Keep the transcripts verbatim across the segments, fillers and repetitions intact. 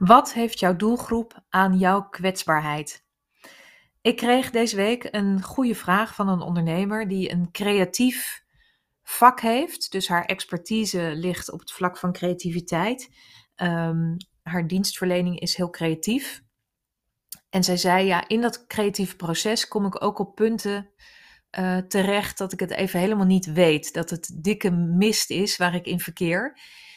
Wat heeft jouw doelgroep aan jouw kwetsbaarheid? Ik kreeg deze week een goede vraag van een ondernemer die een creatief vak heeft. Dus haar expertise ligt op het vlak van creativiteit. Um, haar dienstverlening is heel creatief. En zij zei, ja, in dat creatieve proces kom ik ook op punten uh, terecht dat ik het even helemaal niet weet. Dat het dikke mist is waar ik in verkeer.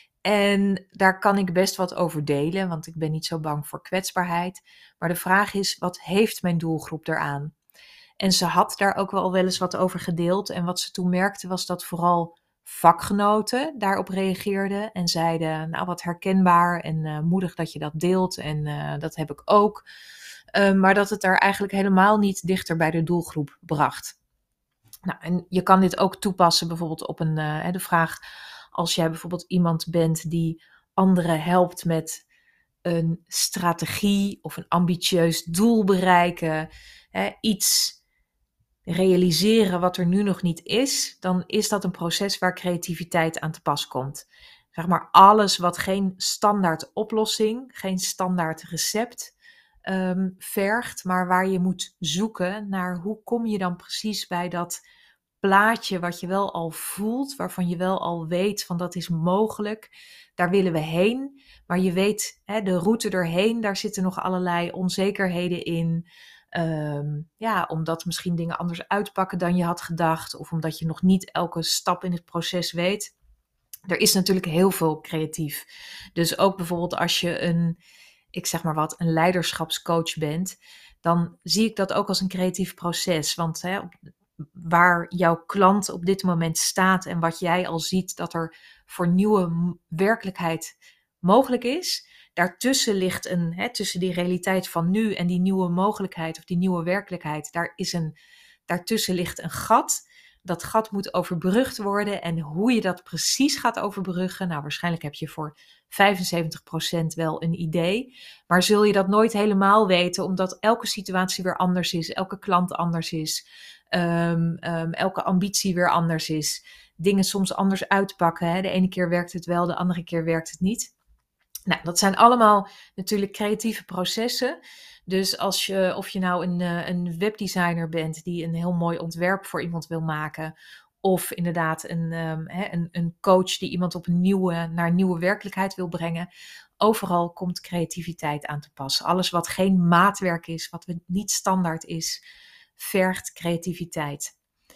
En daar kan ik best wat over delen, want ik ben niet zo bang voor kwetsbaarheid. Maar de vraag is, wat heeft mijn doelgroep eraan? En ze had daar ook wel wel eens wat over gedeeld. En wat ze toen merkte was dat vooral vakgenoten daarop reageerden en zeiden, nou wat herkenbaar en uh, moedig dat je dat deelt en uh, dat heb ik ook. Uh, maar dat het daar eigenlijk helemaal niet dichter bij de doelgroep bracht. Nou, en je kan dit ook toepassen bijvoorbeeld op een, uh, de vraag, als jij bijvoorbeeld iemand bent die anderen helpt met een strategie of een ambitieus doel bereiken, hè, iets realiseren wat er nu nog niet is, dan is dat een proces waar creativiteit aan te pas komt. Zeg maar alles wat geen standaard oplossing, geen standaard recept um, vergt, maar waar je moet zoeken naar hoe kom je dan precies bij dat plaatje wat je wel al voelt, waarvan je wel al weet van dat is mogelijk, daar willen we heen. Maar je weet, hè, de route erheen, daar zitten nog allerlei onzekerheden in. Um, ja, omdat misschien dingen anders uitpakken dan je had gedacht, of omdat je nog niet elke stap in het proces weet. Er is natuurlijk heel veel creatief. Dus ook bijvoorbeeld als je een, ik zeg maar wat, een leiderschapscoach bent, dan zie ik dat ook als een creatief proces. Want hè, waar jouw klant op dit moment staat en wat jij al ziet dat er voor nieuwe werkelijkheid mogelijk is, daartussen ligt een, hè, tussen die realiteit van nu en die nieuwe mogelijkheid of die nieuwe werkelijkheid, daar is een, daartussen ligt een gat. Dat gat moet overbrugd worden en hoe je dat precies gaat overbruggen, nou waarschijnlijk heb je voor vijfenzeventig procent wel een idee, maar zul je dat nooit helemaal weten, omdat elke situatie weer anders is, elke klant anders is, um, um, elke ambitie weer anders is, dingen soms anders uitpakken. Hè? De ene keer werkt het wel, de andere keer werkt het niet. Nou, dat zijn allemaal natuurlijk creatieve processen. Dus als je, of je nou een, een webdesigner bent die een heel mooi ontwerp voor iemand wil maken, of inderdaad een, um, een, een coach die iemand op een nieuwe, naar een nieuwe werkelijkheid wil brengen, overal komt creativiteit aan te pas. Alles wat geen maatwerk is, wat niet standaard is, vergt creativiteit.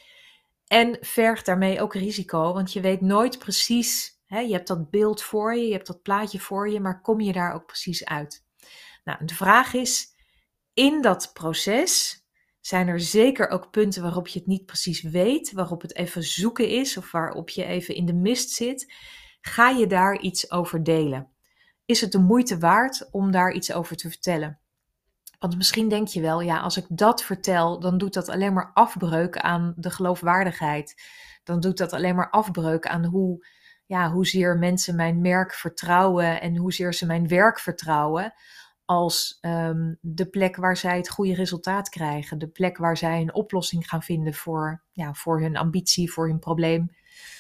En vergt daarmee ook risico, want je weet nooit precies, hè, je hebt dat beeld voor je, je hebt dat plaatje voor je, maar kom je daar ook precies uit? Nou, de vraag is, in dat proces zijn er zeker ook punten waarop je het niet precies weet, waarop het even zoeken is of waarop je even in de mist zit. Ga je daar iets over delen? Is het de moeite waard om daar iets over te vertellen? Want misschien denk je wel, ja, als ik dat vertel, dan doet dat alleen maar afbreuk aan de geloofwaardigheid. Dan doet dat alleen maar afbreuk aan hoe, ja, hoezeer mensen mijn merk vertrouwen en hoezeer ze mijn werk vertrouwen als um, de plek waar zij het goede resultaat krijgen. De plek waar zij een oplossing gaan vinden voor, ja, voor hun ambitie, voor hun probleem.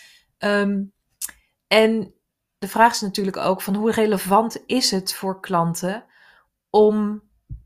Um, en de vraag is natuurlijk ook van hoe relevant is het voor klanten om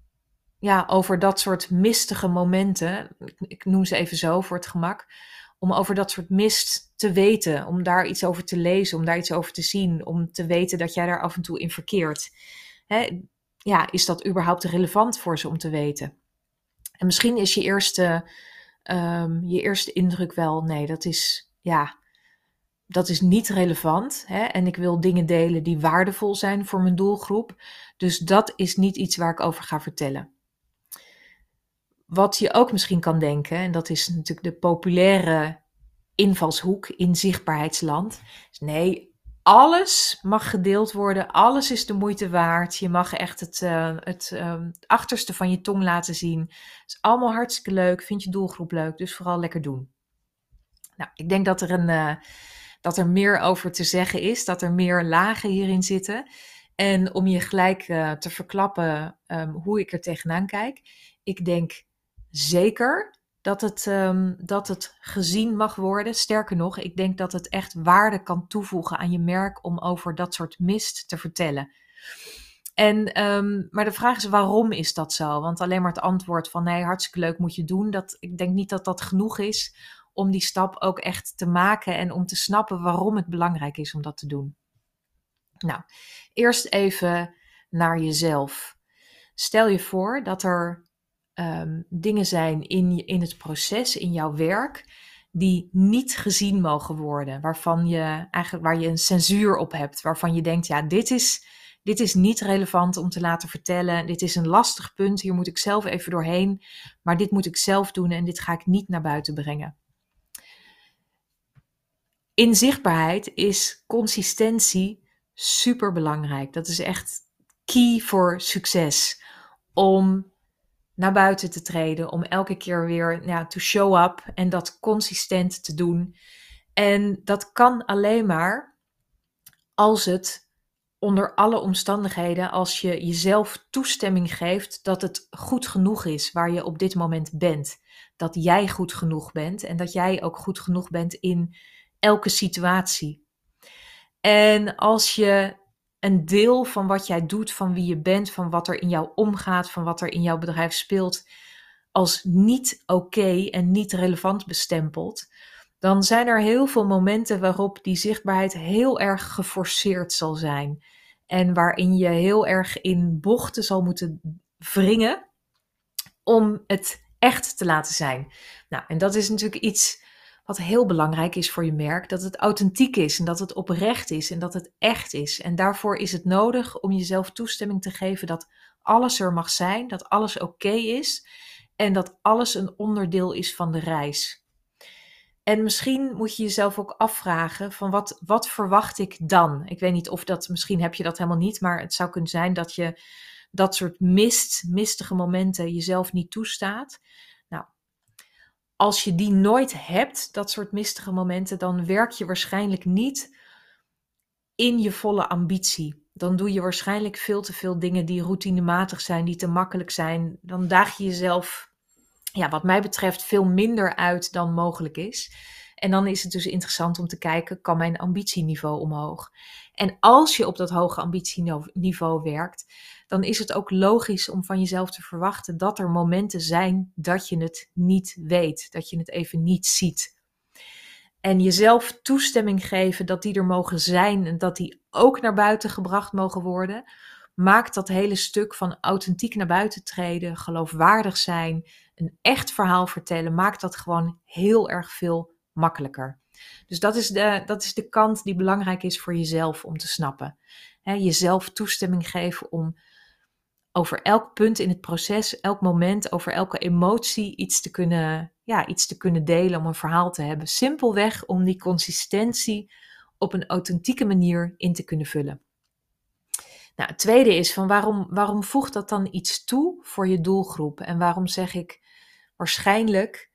ja, over dat soort mistige momenten, ik, ik noem ze even zo voor het gemak, om over dat soort mist te weten, om daar iets over te lezen, om daar iets over te zien, om te weten dat jij daar af en toe in verkeert. Hè, ja, is dat überhaupt relevant voor ze om te weten? En misschien is je eerste, um, je eerste indruk wel, nee, dat is, ja, dat is niet relevant. Hè? En ik wil dingen delen die waardevol zijn voor mijn doelgroep. Dus dat is niet iets waar ik over ga vertellen. Wat je ook misschien kan denken, en dat is natuurlijk de populaire invalshoek in zichtbaarheidsland. Is nee, alles mag gedeeld worden, alles is de moeite waard. Je mag echt het, uh, het, uh, het achterste van je tong laten zien. Het is allemaal hartstikke leuk, vind je doelgroep leuk, dus vooral lekker doen. Nou, ik denk dat er, een, uh, dat er meer over te zeggen is, dat er meer lagen hierin zitten. En om je gelijk uh, te verklappen um, hoe ik er tegenaan kijk. Ik denk zeker dat het, um, dat het gezien mag worden. Sterker nog, ik denk dat het echt waarde kan toevoegen aan je merk om over dat soort mist te vertellen. En, um, maar de vraag is, waarom is dat zo? Want alleen maar het antwoord van nee, hartstikke leuk, moet je doen. Dat, ik denk niet dat dat genoeg is om die stap ook echt te maken en om te snappen waarom het belangrijk is om dat te doen. Nou, eerst even naar jezelf. Stel je voor dat er um, dingen zijn in, je, in het proces, in jouw werk, die niet gezien mogen worden. Waarvan je eigenlijk, waar je een censuur op hebt. Waarvan je denkt, ja, dit is, dit is niet relevant om te laten vertellen. Dit is een lastig punt, hier moet ik zelf even doorheen. Maar dit moet ik zelf doen en dit ga ik niet naar buiten brengen. In zichtbaarheid is consistentie super belangrijk. Dat is echt key voor succes. Om naar buiten te treden, om elke keer weer ja, to show up en dat consistent te doen. En dat kan alleen maar als het onder alle omstandigheden, als je jezelf toestemming geeft dat het goed genoeg is waar je op dit moment bent. Dat jij goed genoeg bent en dat jij ook goed genoeg bent in elke situatie. En als je een deel van wat jij doet, van wie je bent, van wat er in jou omgaat, van wat er in jouw bedrijf speelt, als niet oké en niet relevant bestempelt, dan zijn er heel veel momenten waarop die zichtbaarheid heel erg geforceerd zal zijn. En waarin je heel erg in bochten zal moeten wringen om het echt te laten zijn. Nou, en dat is natuurlijk iets wat heel belangrijk is voor je merk, dat het authentiek is en dat het oprecht is en dat het echt is. En daarvoor is het nodig om jezelf toestemming te geven dat alles er mag zijn, dat alles oké is en dat alles een onderdeel is van de reis. En misschien moet je jezelf ook afvragen van wat, wat verwacht ik dan? Ik weet niet of dat, misschien heb je dat helemaal niet, maar het zou kunnen zijn dat je dat soort mist, mistige momenten jezelf niet toestaat. Nou, als je die nooit hebt, dat soort mistige momenten, dan werk je waarschijnlijk niet in je volle ambitie. Dan doe je waarschijnlijk veel te veel dingen die routinematig zijn, die te makkelijk zijn. Dan daag je jezelf, ja, wat mij betreft, veel minder uit dan mogelijk is. En dan is het dus interessant om te kijken, kan mijn ambitieniveau omhoog? En als je op dat hoge ambitieniveau werkt, dan is het ook logisch om van jezelf te verwachten dat er momenten zijn dat je het niet weet, dat je het even niet ziet. En jezelf toestemming geven dat die er mogen zijn en dat die ook naar buiten gebracht mogen worden, maakt dat hele stuk van authentiek naar buiten treden, geloofwaardig zijn, een echt verhaal vertellen, maakt dat gewoon heel erg veel makkelijker. Dus dat is de, dat is de kant die belangrijk is voor jezelf om te snappen. He, jezelf toestemming geven om over elk punt in het proces, elk moment, over elke emotie iets te kunnen, ja, iets te kunnen delen, om een verhaal te hebben. Simpelweg om die consistentie op een authentieke manier in te kunnen vullen. Nou, het tweede is van waarom, waarom voegt dat dan iets toe voor je doelgroep? En waarom zeg ik waarschijnlijk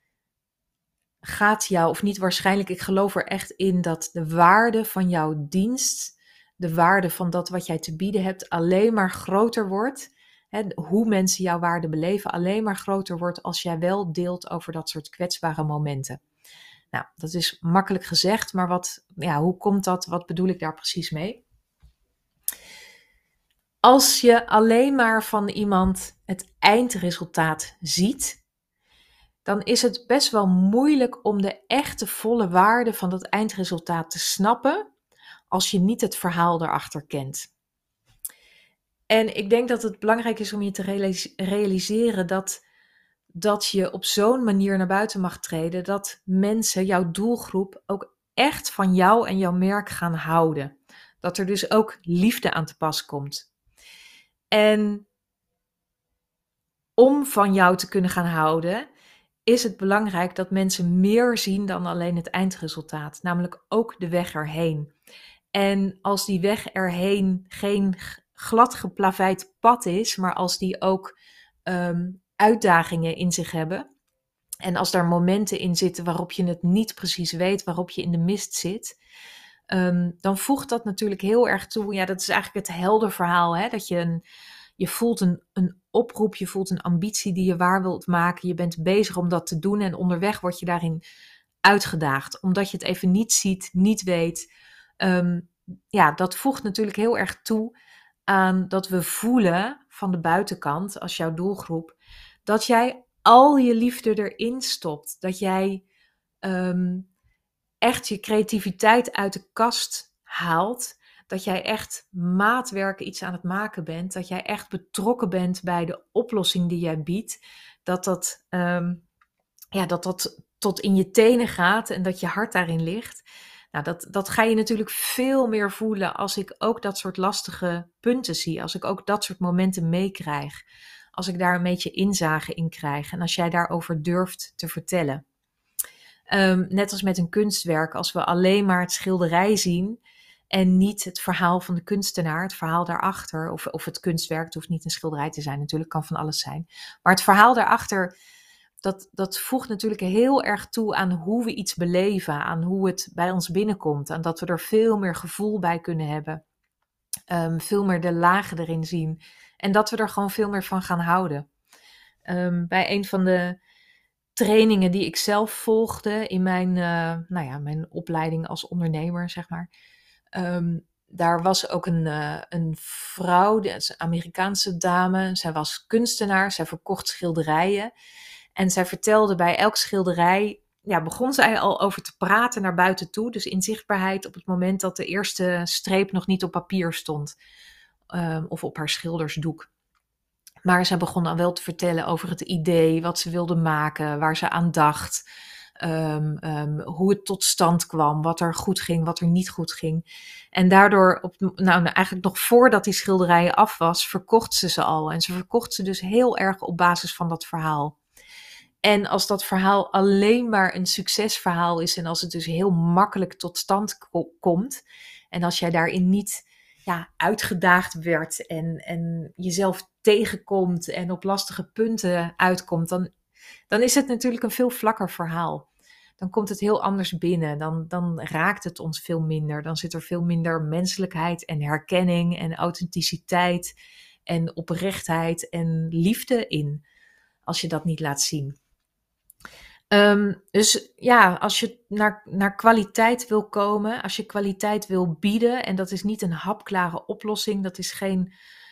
gaat jou, of niet waarschijnlijk, ik geloof er echt in dat de waarde van jouw dienst, de waarde van dat wat jij te bieden hebt, alleen maar groter wordt. Hè, hoe mensen jouw waarde beleven, alleen maar groter wordt als jij wel deelt over dat soort kwetsbare momenten. Nou, dat is makkelijk gezegd, maar wat, ja, hoe komt dat? Wat bedoel ik daar precies mee? Als je alleen maar van iemand het eindresultaat ziet, dan is het best wel moeilijk om de echte volle waarde van dat eindresultaat te snappen als je niet het verhaal daarachter kent. En ik denk dat het belangrijk is om je te realiseren dat, dat je op zo'n manier naar buiten mag treden, dat mensen, jouw doelgroep, ook echt van jou en jouw merk gaan houden. Dat er dus ook liefde aan te pas komt. En om van jou te kunnen gaan houden, is het belangrijk dat mensen meer zien dan alleen het eindresultaat, namelijk ook de weg erheen. En als die weg erheen geen glad geplaveid pad is, maar als die ook um, uitdagingen in zich hebben, en als daar momenten in zitten waarop je het niet precies weet, waarop je in de mist zit, um, dan voegt dat natuurlijk heel erg toe. Ja, dat is eigenlijk het helder verhaal, hè? Dat je een, je voelt een, een oproep, je voelt een ambitie die je waar wilt maken. Je bent bezig om dat te doen en onderweg word je daarin uitgedaagd. Omdat je het even niet ziet, niet weet. Um, ja, dat voegt natuurlijk heel erg toe aan dat we voelen van de buitenkant, als jouw doelgroep, dat jij al je liefde erin stopt. Dat jij um, echt je creativiteit uit de kast haalt. Dat jij echt maatwerk iets aan het maken bent. Dat jij echt betrokken bent bij de oplossing die jij biedt. Dat dat, um, ja, dat, dat tot in je tenen gaat en dat je hart daarin ligt. Nou, dat, dat ga je natuurlijk veel meer voelen als ik ook dat soort lastige punten zie. Als ik ook dat soort momenten meekrijg. Als ik daar een beetje inzage in krijg. En als jij daarover durft te vertellen. Um, net als met een kunstwerk, als we alleen maar het schilderij zien en niet het verhaal van de kunstenaar, het verhaal daarachter, of, of het kunstwerk, het hoeft niet een schilderij te zijn, natuurlijk kan van alles zijn. Maar het verhaal daarachter, dat, dat voegt natuurlijk heel erg toe aan hoe we iets beleven, aan hoe het bij ons binnenkomt, aan dat we er veel meer gevoel bij kunnen hebben, um, veel meer de lagen erin zien en dat we er gewoon veel meer van gaan houden. Um, bij een van de trainingen die ik zelf volgde in mijn, uh, nou ja, mijn opleiding als ondernemer, zeg maar. Um, daar was ook een, uh, een vrouw, een Amerikaanse dame. Zij was kunstenaar, zij verkocht schilderijen. En zij vertelde bij elk schilderij, ja, begon zij al over te praten naar buiten toe. Dus in zichtbaarheid op het moment dat de eerste streep nog niet op papier stond. Um, of op haar schildersdoek. Maar zij begon dan wel te vertellen over het idee, wat ze wilde maken, waar ze aan dacht, um, um, hoe het tot stand kwam, wat er goed ging, wat er niet goed ging. En daardoor, op, nou eigenlijk nog voordat die schilderijen af was, verkocht ze ze al. En ze verkocht ze dus heel erg op basis van dat verhaal. En als dat verhaal alleen maar een succesverhaal is en als het dus heel makkelijk tot stand ko- komt en als jij daarin niet ja, uitgedaagd werd en, en jezelf tegenkomt en op lastige punten uitkomt, dan, dan is het natuurlijk een veel vlakker verhaal. Dan komt het heel anders binnen, dan, dan raakt het ons veel minder. Dan zit er veel minder menselijkheid en herkenning en authenticiteit en oprechtheid en liefde in, als je dat niet laat zien. Um, dus ja, als je naar, naar kwaliteit wil komen, als je kwaliteit wil bieden, en dat is niet een hapklare oplossing, dat is geen,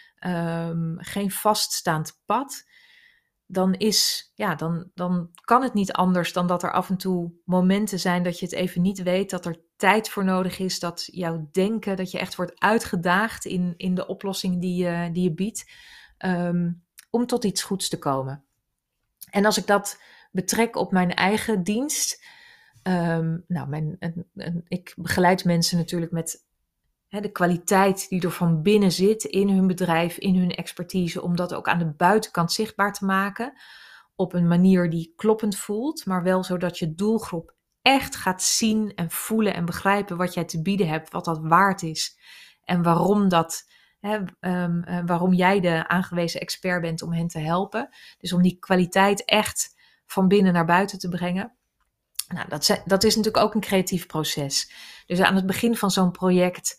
um, geen vaststaand pad, dan, is, ja, dan, dan kan het niet anders dan dat er af en toe momenten zijn dat je het even niet weet, dat er tijd voor nodig is, dat jouw denken, dat je echt wordt uitgedaagd in, in de oplossing die je, die je biedt, um, om tot iets goeds te komen. En als ik dat betrek op mijn eigen dienst. Um, nou, mijn, en, en, ik begeleid mensen natuurlijk met hè, de kwaliteit die er van binnen zit in hun bedrijf, in hun expertise, om dat ook aan de buitenkant zichtbaar te maken. Op een manier die kloppend voelt, maar wel zodat je doelgroep echt gaat zien en voelen en begrijpen wat jij te bieden hebt, wat dat waard is en waarom dat. Hè, um, uh, waarom jij de aangewezen expert bent om hen te helpen. Dus om die kwaliteit echt van binnen naar buiten te brengen. Nou, dat, zijn, dat is natuurlijk ook een creatief proces. Dus aan het begin van zo'n project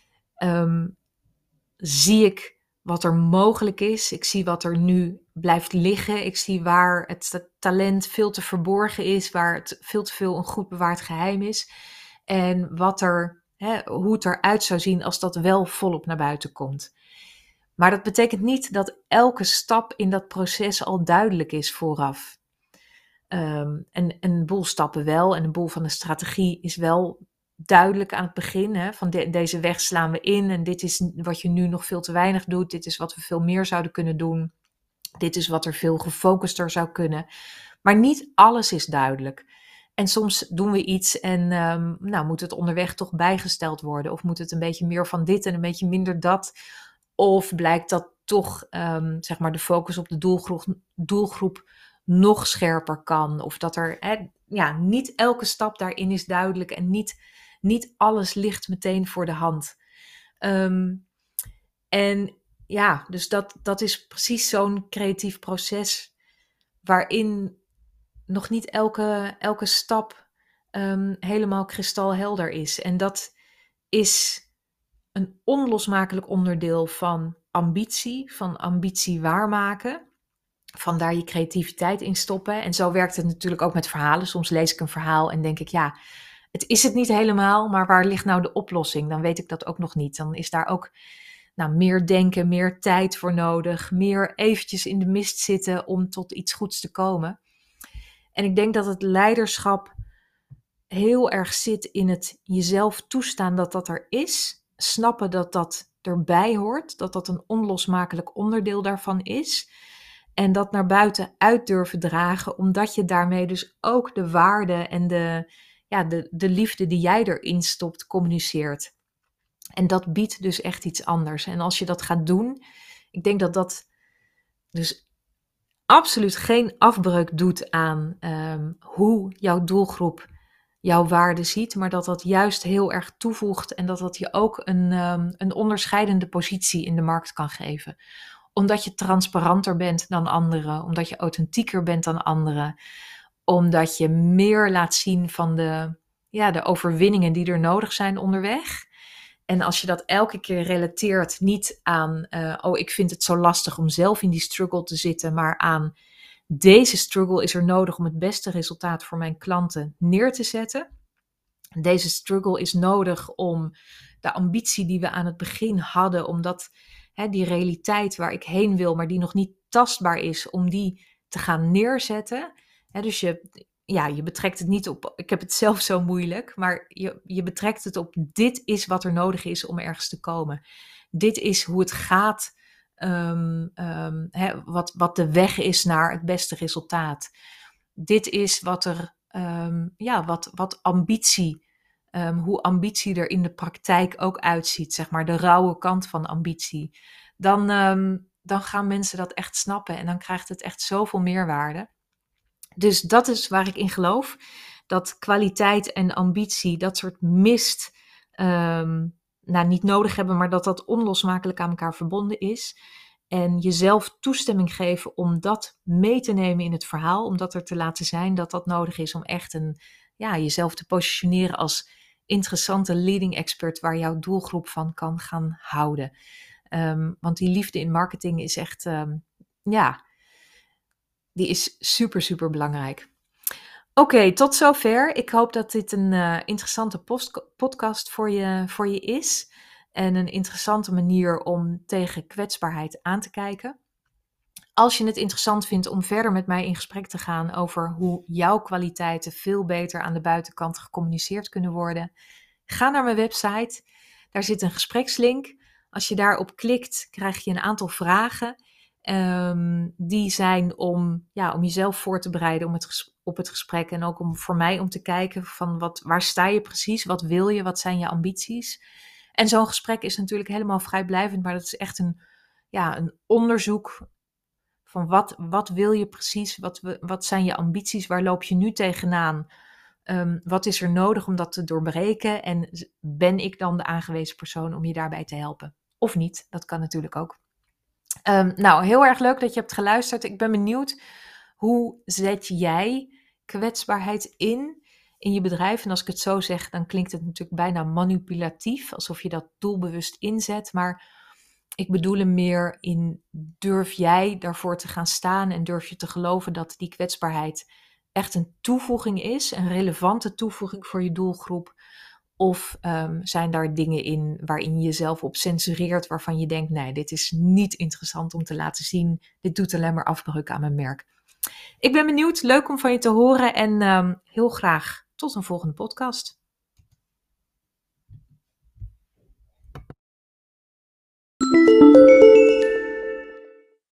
um, zie ik wat er mogelijk is. Ik zie wat er nu blijft liggen. Ik zie waar het talent veel te verborgen is, waar het veel te veel een goed bewaard geheim is. En wat er, hè, hoe het eruit zou zien als dat wel volop naar buiten komt. Maar dat betekent niet dat elke stap in dat proces al duidelijk is vooraf. Um, en een boel stappen wel en een boel van de strategie is wel duidelijk aan het begin. Hè, van de, deze weg slaan we in en dit is wat je nu nog veel te weinig doet. Dit is wat we veel meer zouden kunnen doen. Dit is wat er veel gefocuster zou kunnen. Maar niet alles is duidelijk. En soms doen we iets en um, nou, moet het onderweg toch bijgesteld worden. Of moet het een beetje meer van dit en een beetje minder dat. Of blijkt dat toch um, zeg maar de focus op de doelgroep, doelgroep nog scherper kan. Of dat er, hè, ja, niet elke stap daarin is duidelijk en niet, niet alles ligt meteen voor de hand. Um, en ja, dus dat, dat is precies zo'n creatief proces waarin nog niet elke, elke stap um, helemaal kristalhelder is. En dat is een onlosmakelijk onderdeel van ambitie, van ambitie waarmaken. Van daar je creativiteit in stoppen. En zo werkt het natuurlijk ook met verhalen. Soms lees ik een verhaal en denk ik, ja, het is het niet helemaal, maar waar ligt nou de oplossing? Dan weet ik dat ook nog niet. Dan is daar ook, nou, meer denken, meer tijd voor nodig, meer eventjes in de mist zitten om tot iets goeds te komen. En ik denk dat het leiderschap heel erg zit in het jezelf toestaan dat dat er is, snappen dat dat erbij hoort, dat dat een onlosmakelijk onderdeel daarvan is. En dat naar buiten uit durven dragen, omdat je daarmee dus ook de waarde en de, ja, de, de liefde die jij erin stopt, communiceert. En dat biedt dus echt iets anders. En als je dat gaat doen, ik denk dat dat dus absoluut geen afbreuk doet aan um, hoe jouw doelgroep jouw waarde ziet, maar dat dat juist heel erg toevoegt en dat dat je ook een, um, een onderscheidende positie in de markt kan geven. Omdat je transparanter bent dan anderen, omdat je authentieker bent dan anderen, omdat je meer laat zien van de, ja, de overwinningen die er nodig zijn onderweg. En als je dat elke keer relateert niet aan, uh, oh, ik vind het zo lastig om zelf in die struggle te zitten, maar aan deze struggle is er nodig om het beste resultaat voor mijn klanten neer te zetten. Deze struggle is nodig om de ambitie die we aan het begin hadden, omdat hè, die realiteit waar ik heen wil, maar die nog niet tastbaar is, om die te gaan neerzetten. Hè, dus je, ja, je betrekt het niet op, ik heb het zelf zo moeilijk, maar je, je betrekt het op, dit is wat er nodig is om ergens te komen. Dit is hoe het gaat, um, um, hè, wat, wat de weg is naar het beste resultaat. Dit is wat er, um, ja, wat, wat ambitie, um, hoe ambitie er in de praktijk ook uitziet, zeg maar, de rauwe kant van ambitie. Dan, um, dan gaan mensen dat echt snappen en dan krijgt het echt zoveel meerwaarde. Dus dat is waar ik in geloof, dat kwaliteit en ambitie, dat soort mist, um, nou, niet nodig hebben, maar dat dat onlosmakelijk aan elkaar verbonden is. En jezelf toestemming geven om dat mee te nemen in het verhaal, om dat er te laten zijn, dat dat nodig is om echt een, ja, jezelf te positioneren als interessante leading expert waar jouw doelgroep van kan gaan houden. Um, want die liefde in marketing is echt, um, ja, die is super, super belangrijk. Oké, okay, tot zover. Ik hoop dat dit een uh, interessante post- podcast voor je, voor je is. En een interessante manier om tegen kwetsbaarheid aan te kijken. Als je het interessant vindt om verder met mij in gesprek te gaan over hoe jouw kwaliteiten veel beter aan de buitenkant gecommuniceerd kunnen worden, ga naar mijn website. Daar zit een gesprekslink. Als je daarop klikt, krijg je een aantal vragen. Um, die zijn om, ja, om jezelf voor te bereiden om het ges- op het gesprek. En ook om voor mij om te kijken van wat, waar sta je precies? Wat wil je? Wat zijn je ambities? En zo'n gesprek is natuurlijk helemaal vrijblijvend. Maar dat is echt een, ja, een onderzoek van wat, wat wil je precies? Wat, wat zijn je ambities? Waar loop je nu tegenaan? Um, wat is er nodig om dat te doorbreken? En ben ik dan de aangewezen persoon om je daarbij te helpen? Of niet, dat kan natuurlijk ook. Um, nou, heel erg leuk dat je hebt geluisterd. Ik ben benieuwd, hoe zet jij kwetsbaarheid in in je bedrijf? En als ik het zo zeg, dan klinkt het natuurlijk bijna manipulatief, alsof je dat doelbewust inzet. Maar ik bedoel hem meer in, durf jij daarvoor te gaan staan en durf je te geloven dat die kwetsbaarheid echt een toevoeging is, een relevante toevoeging voor je doelgroep? Of um, zijn daar dingen in waarin je jezelf op censureert, waarvan je denkt, nee, dit is niet interessant om te laten zien. Dit doet alleen maar afbreuk aan mijn merk. Ik ben benieuwd, leuk om van je te horen en um, heel graag tot een volgende podcast.